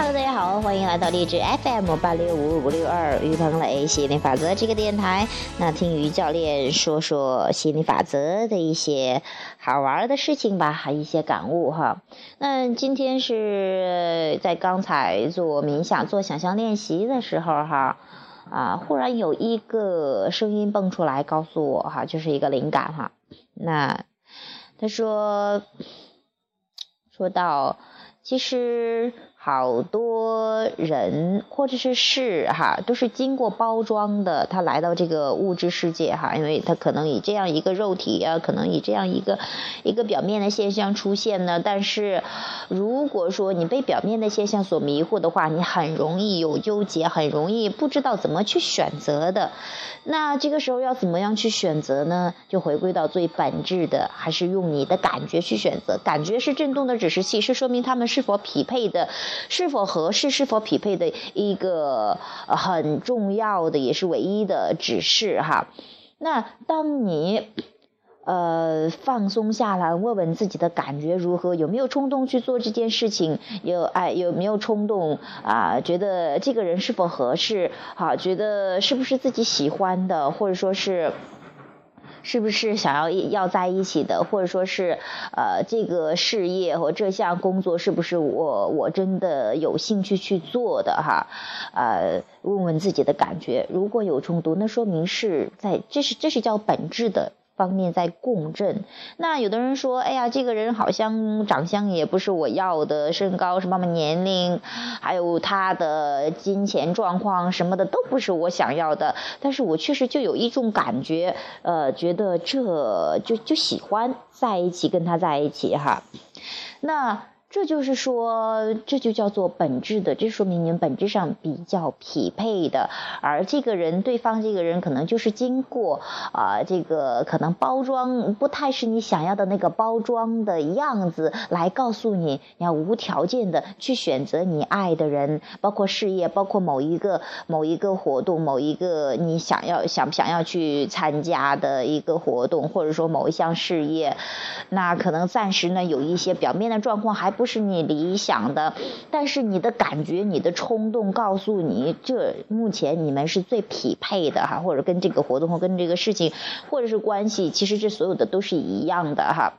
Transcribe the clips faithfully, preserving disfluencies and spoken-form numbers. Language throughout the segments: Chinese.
Hello， 大家好，欢迎来到荔枝 F M 八六五五六二于鹏磊吸引力法则这个电台。那听于教练说说吸引力法则的一些好玩的事情吧，还有一些感悟哈。那今天是在刚才做冥想、做想象练习的时候哈，啊，忽然有一个声音蹦出来告诉我哈，就是一个灵感哈。那他说说到，其实好多人或者是事哈，都是经过包装的，他来到这个物质世界哈，因为他可能以这样一个肉体啊，可能以这样一个一个表面的现象出现呢。但是如果说你被表面的现象所迷惑的话，你很容易有纠结，很容易不知道怎么去选择的。那这个时候要怎么样去选择呢？就回归到最本质的，还是用你的感觉去选择。感觉是振动的指示器，是说明他们是否匹配的，是否合适，是否匹配的一个很重要的也是唯一的指示哈。那当你呃放松下来，问问自己的感觉如何，有没有冲动去做这件事情，有哎有没有冲动啊？觉得这个人是否合适啊？觉得是不是自己喜欢的，或者说是是不是想要要在一起的，或者说是呃这个事业和这项工作是不是我我真的有兴趣去做的哈？呃问问自己的感觉，如果有冲突，那说明是在这是这是叫本质的方面在共振。那有的人说，哎呀，这个人好像长相也不是我要的，身高什么年龄，还有他的金钱状况什么的都不是我想要的，但是我确实就有一种感觉，呃，觉得这就就喜欢在一起，跟他在一起哈。那这就是说，这就叫做本质的，这说明你们本质上比较匹配的。而这个人，对方这个人可能就是经过啊、呃，这个可能包装不太是你想要的那个包装的样子，来告诉你，你要无条件的去选择你爱的人，包括事业，包括某一个某一个活动，某一个你想要想不想要去参加的一个活动，或者说某一项事业。那可能暂时呢有一些表面的状况还不是你理想的，但是你的感觉，你的冲动告诉你，这目前你们是最匹配的哈，或者跟这个活动或跟这个事情或者是关系，其实这所有的都是一样的哈。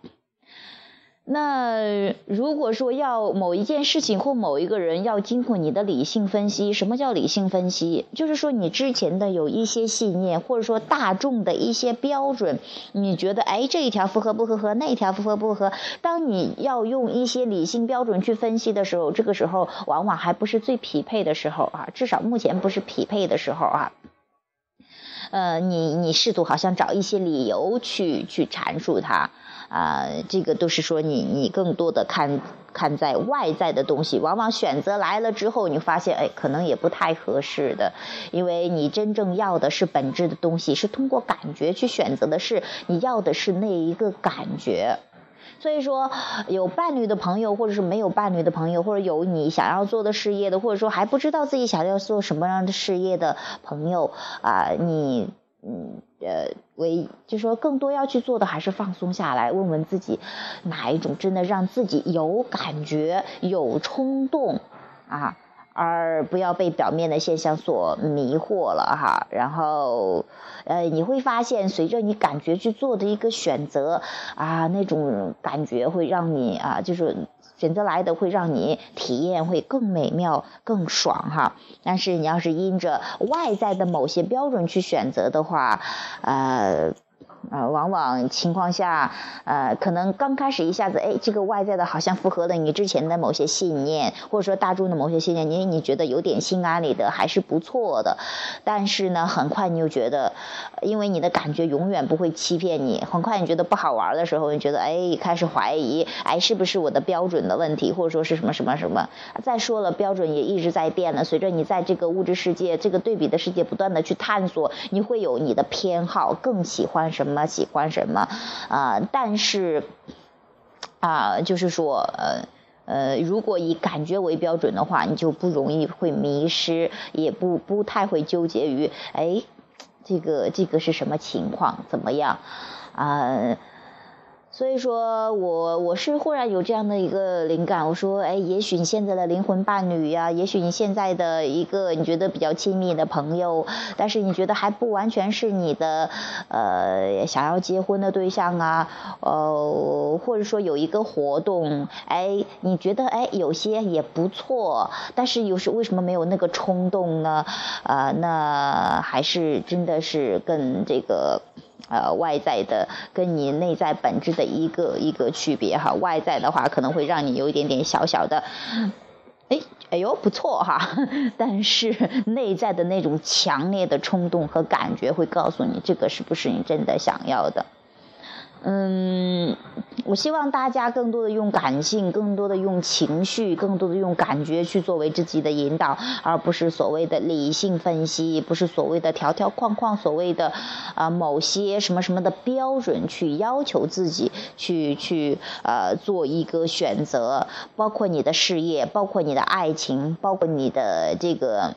那如果说要某一件事情或某一个人要经过你的理性分析，什么叫理性分析？就是说你之前的有一些信念，或者说大众的一些标准，你觉得哎这一条符合不符合，那一条符合不符合，当你要用一些理性标准去分析的时候，这个时候往往还不是最匹配的时候啊，至少目前不是匹配的时候啊。呃，你你试图好像找一些理由去去阐述它啊、呃，这个都是说你你更多的看看在外在的东西，往往选择来了之后，你发现哎，可能也不太合适的，因为你真正要的是本质的东西，是通过感觉去选择的，是你要的是那一个感觉。所以说有伴侣的朋友，或者是没有伴侣的朋友，或者有你想要做的事业的，或者说还不知道自己想要做什么样的事业的朋友啊、呃，你嗯呃为就说更多要去做的还是放松下来，问问自己哪一种真的让自己有感觉有冲动啊，而不要被表面的现象所迷惑了哈。然后呃你会发现随着你感觉去做的一个选择啊，那种感觉会让你啊就是选择来的会让你体验会更美妙更爽哈。但是你要是因着外在的某些标准去选择的话，呃呃，往往情况下，呃，可能刚开始一下子，哎，这个外在的好像符合了你之前的某些信念，或者说大众的某些信念，你你觉得有点心安理得，还是不错的。但是呢，很快你又觉得，因为你的感觉永远不会欺骗你，很快你觉得不好玩的时候，你觉得，哎，开始怀疑，哎，是不是我的标准的问题，或者说是什么什么什么？再说了，标准也一直在变的，随着你在这个物质世界、这个对比的世界不断的去探索，你会有你的偏好，更喜欢什么。喜欢什么啊、呃？但是啊、呃，就是说呃呃，如果以感觉为标准的话，你就不容易会迷失，也不不太会纠结于哎，这个这个是什么情况，怎么样啊？呃所以说我我是忽然有这样的一个灵感，我说，哎，也许你现在的灵魂伴侣呀、啊，也许你现在的一个你觉得比较亲密的朋友，但是你觉得还不完全是你的呃想要结婚的对象啊，呃，或者说有一个活动，哎，你觉得哎有些也不错，但是有时为什么没有那个冲动呢？呃，那还是真的是跟这个。呃，外在的跟你内在本质的一个一个区别哈，外在的话可能会让你有一点点小小的，哎哎呦不错哈，但是内在的那种强烈的冲动和感觉会告诉你这个是不是你真的想要的。嗯，我希望大家更多的用感性，更多的用情绪，更多的用感觉去作为自己的引导，而不是所谓的理性分析，不是所谓的条条框框，所谓的啊、呃、某些什么什么的标准去要求自己去去呃做一个选择，包括你的事业，包括你的爱情，包括你的这个。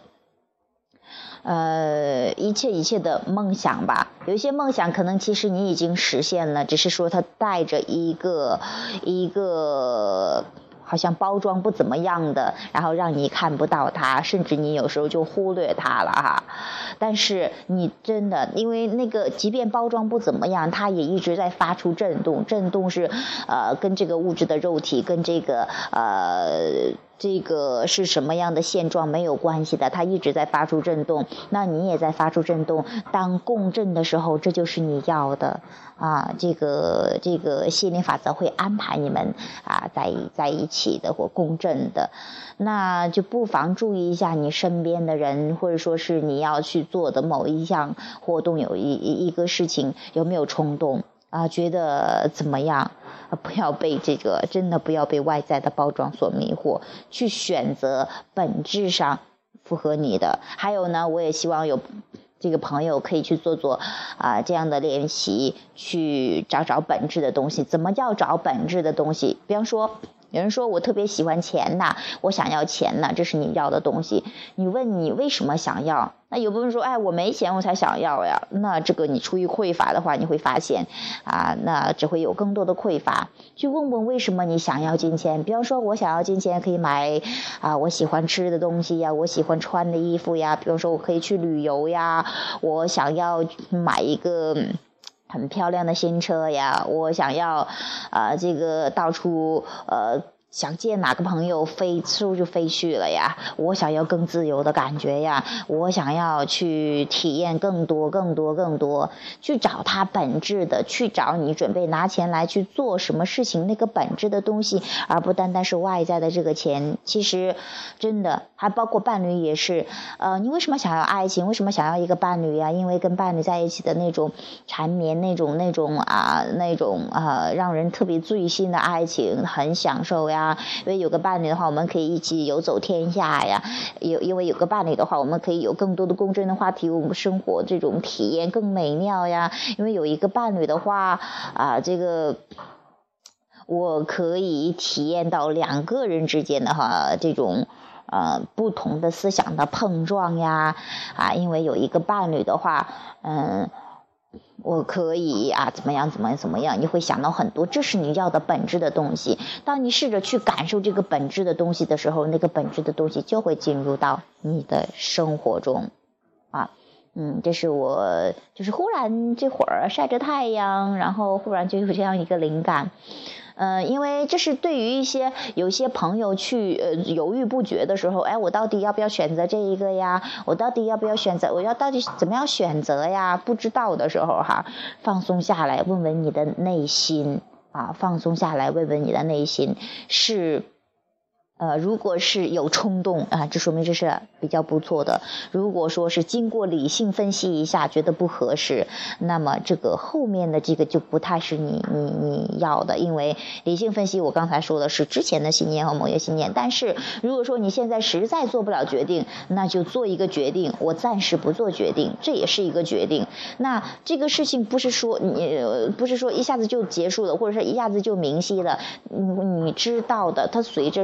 呃，一切一切的梦想吧，有一些梦想可能其实你已经实现了，只是说它带着一个一个好像包装不怎么样的，然后让你看不到它，甚至你有时候就忽略它了哈。但是你真的，因为那个即便包装不怎么样，它也一直在发出震动，震动是呃跟这个物质的肉体跟这个呃。这个是什么样的现状没有关系的，它一直在发出震动，那你也在发出震动，当共振的时候，这就是你要的啊，这个这个心理法则会安排你们啊在在一起的或共振的，那就不妨注意一下你身边的人，或者说是你要去做的某一项活动，有一一个事情有没有冲动啊，觉得怎么样？不要被这个，真的不要被外在的包装所迷惑，去选择本质上符合你的。还有呢，我也希望有这个朋友可以去做做啊、呃、这样的练习，去找找本质的东西。怎么叫找本质的东西？比方说。有人说我特别喜欢钱呐，我想要钱呐，这是你要的东西。你问你为什么想要？那有部分说，哎，我没钱我才想要呀。那这个你出于匮乏的话，你会发现啊，那只会有更多的匮乏。去问问为什么你想要金钱？比方说我想要金钱可以买啊我喜欢吃的东西呀，我喜欢穿的衣服呀。比方说我可以去旅游呀，我想要买一个。很漂亮的新车呀，我想要啊、呃、这个到处呃想见哪个朋友飞出就飞去了呀，我想要更自由的感觉呀，我想要去体验更多更多更多，去找它本质的，去找你准备拿钱来去做什么事情那个本质的东西，而不单单是外在的这个钱。其实真的还包括伴侣也是，呃，你为什么想要爱情？为什么想要一个伴侣呀？因为跟伴侣在一起的那种缠绵，那种那种啊那种啊让人特别醉心的爱情，很享受呀。因为有个伴侣的话，我们可以一起游走天下呀。有因为有个伴侣的话，我们可以有更多的共振的话题，我们生活这种体验更美妙呀。因为有一个伴侣的话啊，这个。我可以体验到两个人之间的哈这种呃不同的思想的碰撞呀啊，因为有一个伴侣的话，嗯，我可以啊怎么样怎么样怎么样，你会想到很多，这是你要的本质的东西。当你试着去感受这个本质的东西的时候，那个本质的东西就会进入到你的生活中啊。嗯，这是我就是忽然这会儿晒着太阳，然后忽然就有这样一个灵感。呃，因为这是对于一些有些朋友去呃犹豫不决的时候，哎，我到底要不要选择这一个呀？我到底要不要选择？我要到底怎么样选择呀？不知道的时候哈，放松下来，问问你的内心啊，放松下来，问问你的内心是。呃，如果是有冲动啊，这说明这是比较不错的。如果说是经过理性分析一下，觉得不合适，那么这个后面的这个就不太是你你你要的，因为理性分析我刚才说的是之前的信念和某些信念。但是如果说你现在实在做不了决定，那就做一个决定，我暂时不做决定，这也是一个决定。那这个事情不是说你不是说一下子就结束了，或者是一下子就明晰了，你你知道的，它随着时间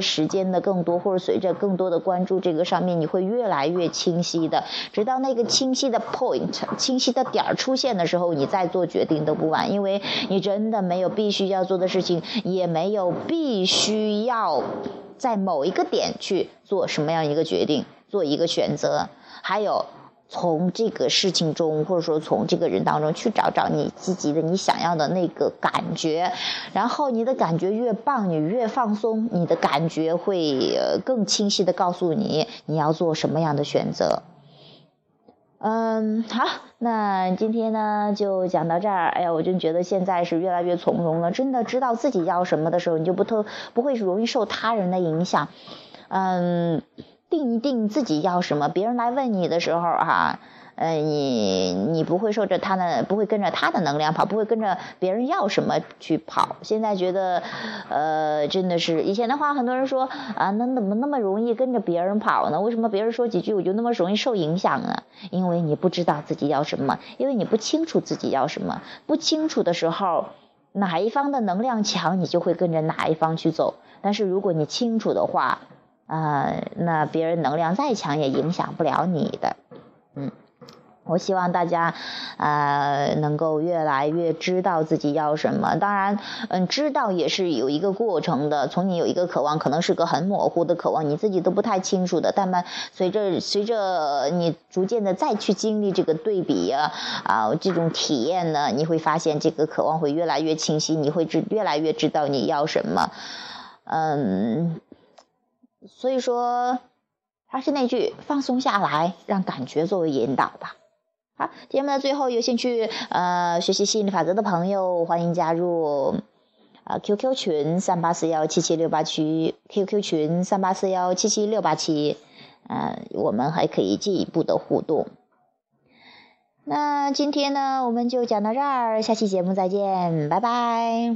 间的更多，或者随着更多的关注这个上面，你会越来越清晰的，直到那个清晰的 point 清晰的点出现的时候，你再做决定都不晚，因为你真的没有必须要做的事情，也没有必须要在某一个点去做什么样一个决定，做一个选择，还有从这个事情中，或者说从这个人当中去找找你积极的你想要的那个感觉，然后你的感觉越棒，你越放松，你的感觉会呃更清晰的告诉你你要做什么样的选择。嗯，好，那今天呢就讲到这儿。哎呀，我真觉得现在是越来越从容了，真的知道自己要什么的时候，你就不特不会容易受他人的影响。嗯，定一定自己要什么，别人来问你的时候哈，呃，你你不会受着他的，不会跟着他的能量跑，不会跟着别人要什么去跑。现在觉得，呃，真的是以前的话，很多人说啊，那怎么那么容易跟着别人跑呢？为什么别人说几句我就那么容易受影响呢？因为你不知道自己要什么，因为你不清楚自己要什么，不清楚的时候，哪一方的能量强，你就会跟着哪一方去走。但是如果你清楚的话，呃，那别人能量再强也影响不了你的。嗯，我希望大家呃能够越来越知道自己要什么。当然嗯，知道也是有一个过程的，从你有一个渴望，可能是个很模糊的渴望，你自己都不太清楚的，但慢随着随着你逐渐的再去经历这个对比啊啊这种体验呢，你会发现这个渴望会越来越清晰，你会知越来越知道你要什么。嗯，所以说还是那句，放松下来，让感觉作为引导吧。好，节目的最后，有兴趣呃学习吸引力法则的朋友，欢迎加入呃 Q Q 群三八四幺七七六八七 Q Q 群三八四幺七七六八七，呃，我们还可以进一步的互动。那今天呢，我们就讲到这儿，下期节目再见，拜拜。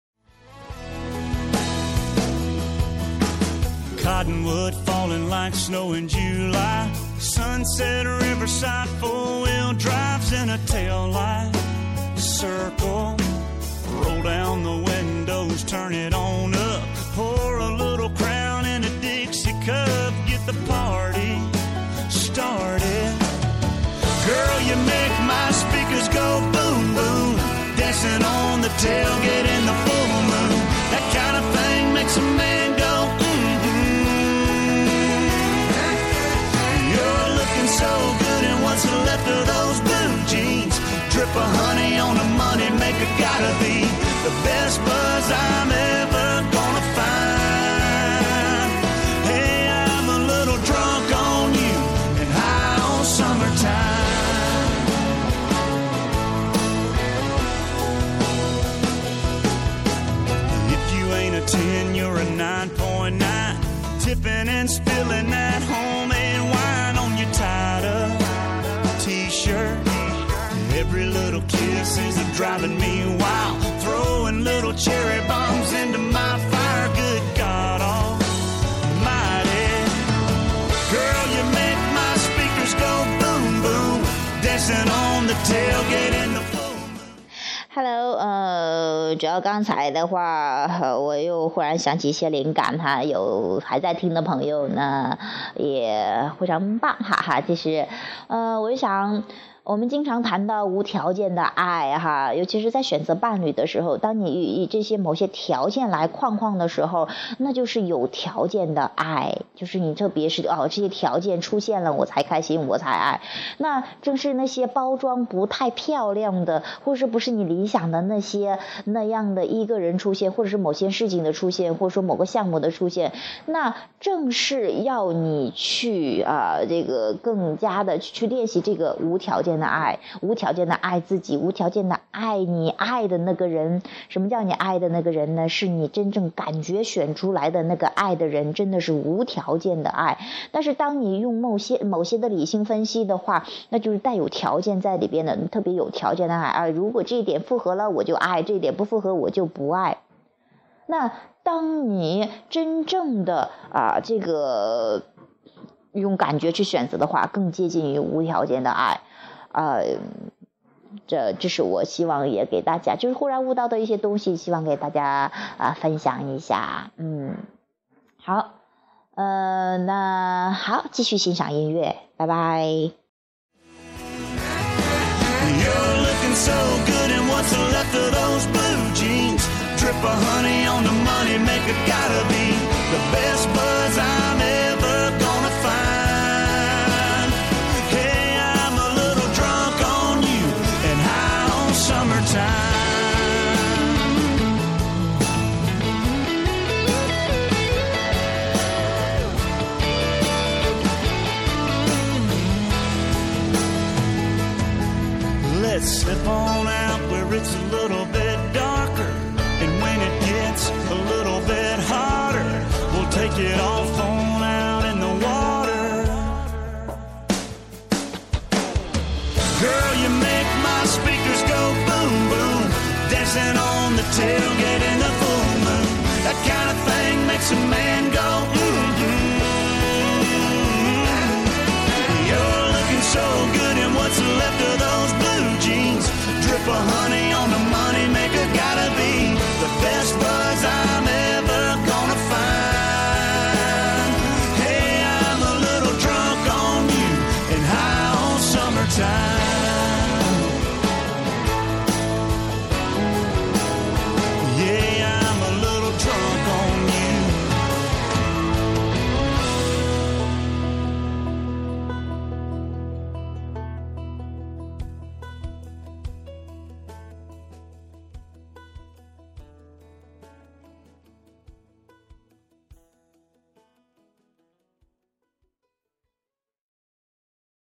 Cottonwood falling like snow in July. Sunset riverside, four-wheel drives in a tail light. Circle, roll down the windows, turn it on up. Pour a little Crown in a Dixie cup, get the party started. Girl, you make my speakers go boom, boom. Dancing on the tailgate in the full moon. That kind of thing makes a man go so good, and what's left of those blue jeans? Drip of honey on the money maker, gotta be the best buzz I'm ever gonna find. Hey, I'm a little drunk on you and high on summertime. If you ain't a ten, you're a nine point nine. Tipping and spilling that homemade wine on your tied up t-shirt. Every little kiss is a driving me wild. Throwing little cherry bombs into my fire. Good God almighty. Girl, you make my speakers go boom, boom. Dancing on the tailgate in the Hello， 呃，主要刚才的话，呃、我又忽然想起一些灵感哈，有还在听的朋友呢，也非常棒哈哈。其实，呃，我就想。我们经常谈到无条件的爱哈，尤其是在选择伴侣的时候，当你以这些某些条件来框框的时候，那就是有条件的爱，就是你特别是哦这些条件出现了我才开心我才爱。那正是那些包装不太漂亮的，或者是不是你理想的那些那样的一个人出现，或者是某些事情的出现，或者说某个项目的出现，那正是要你去啊、呃、这个更加的去练习这个无条件的爱，无条件的爱自己，无条件的爱你爱的那个人。什么叫你爱的那个人呢？是你真正感觉选出来的那个爱的人，真的是无条件的爱。但是当你用某些某些的理性分析的话，那就是带有条件在里边的，特别有条件的爱啊。如果这一点符合了我就爱，这一点不符合我就不爱。那当你真正的啊这个用感觉去选择的话，更接近于无条件的爱。呃，这这是我希望也给大家，就是忽然悟到的一些东西，希望给大家啊、呃、分享一下。嗯，好， 呃，那好，继续欣赏音乐，拜拜。 You're looking so good in what's left of those blue jeans. Drip of honey on the money maker, gotta be the best buzz I'm ever gonna find. Hey, I'm a little drunk on you and high on summertime. Let's slip on out where it's a little bit darker, and when it gets a little bit hotter, we'll take it off on out in the water. Girl, you make my speakers go boom boom, dancing on the tailgate in the full moon. That kind of thing makes a man go ooh.